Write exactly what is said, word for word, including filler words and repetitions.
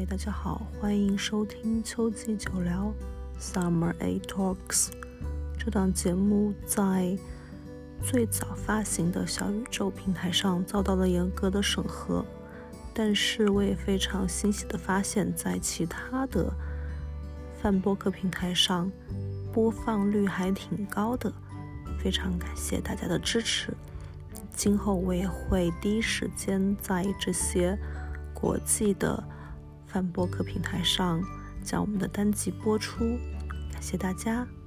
大家好，欢迎收听秋季酒聊 Summer A Talks。 这档节目在最早发行的小宇宙平台上遭到了严格的审核，但是我也非常欣喜的发现，在其他的泛播客平台上播放率还挺高的，非常感谢大家的支持。今后我也会第一时间在这些国际的泛播客平台上将我们的单集播出，感谢大家。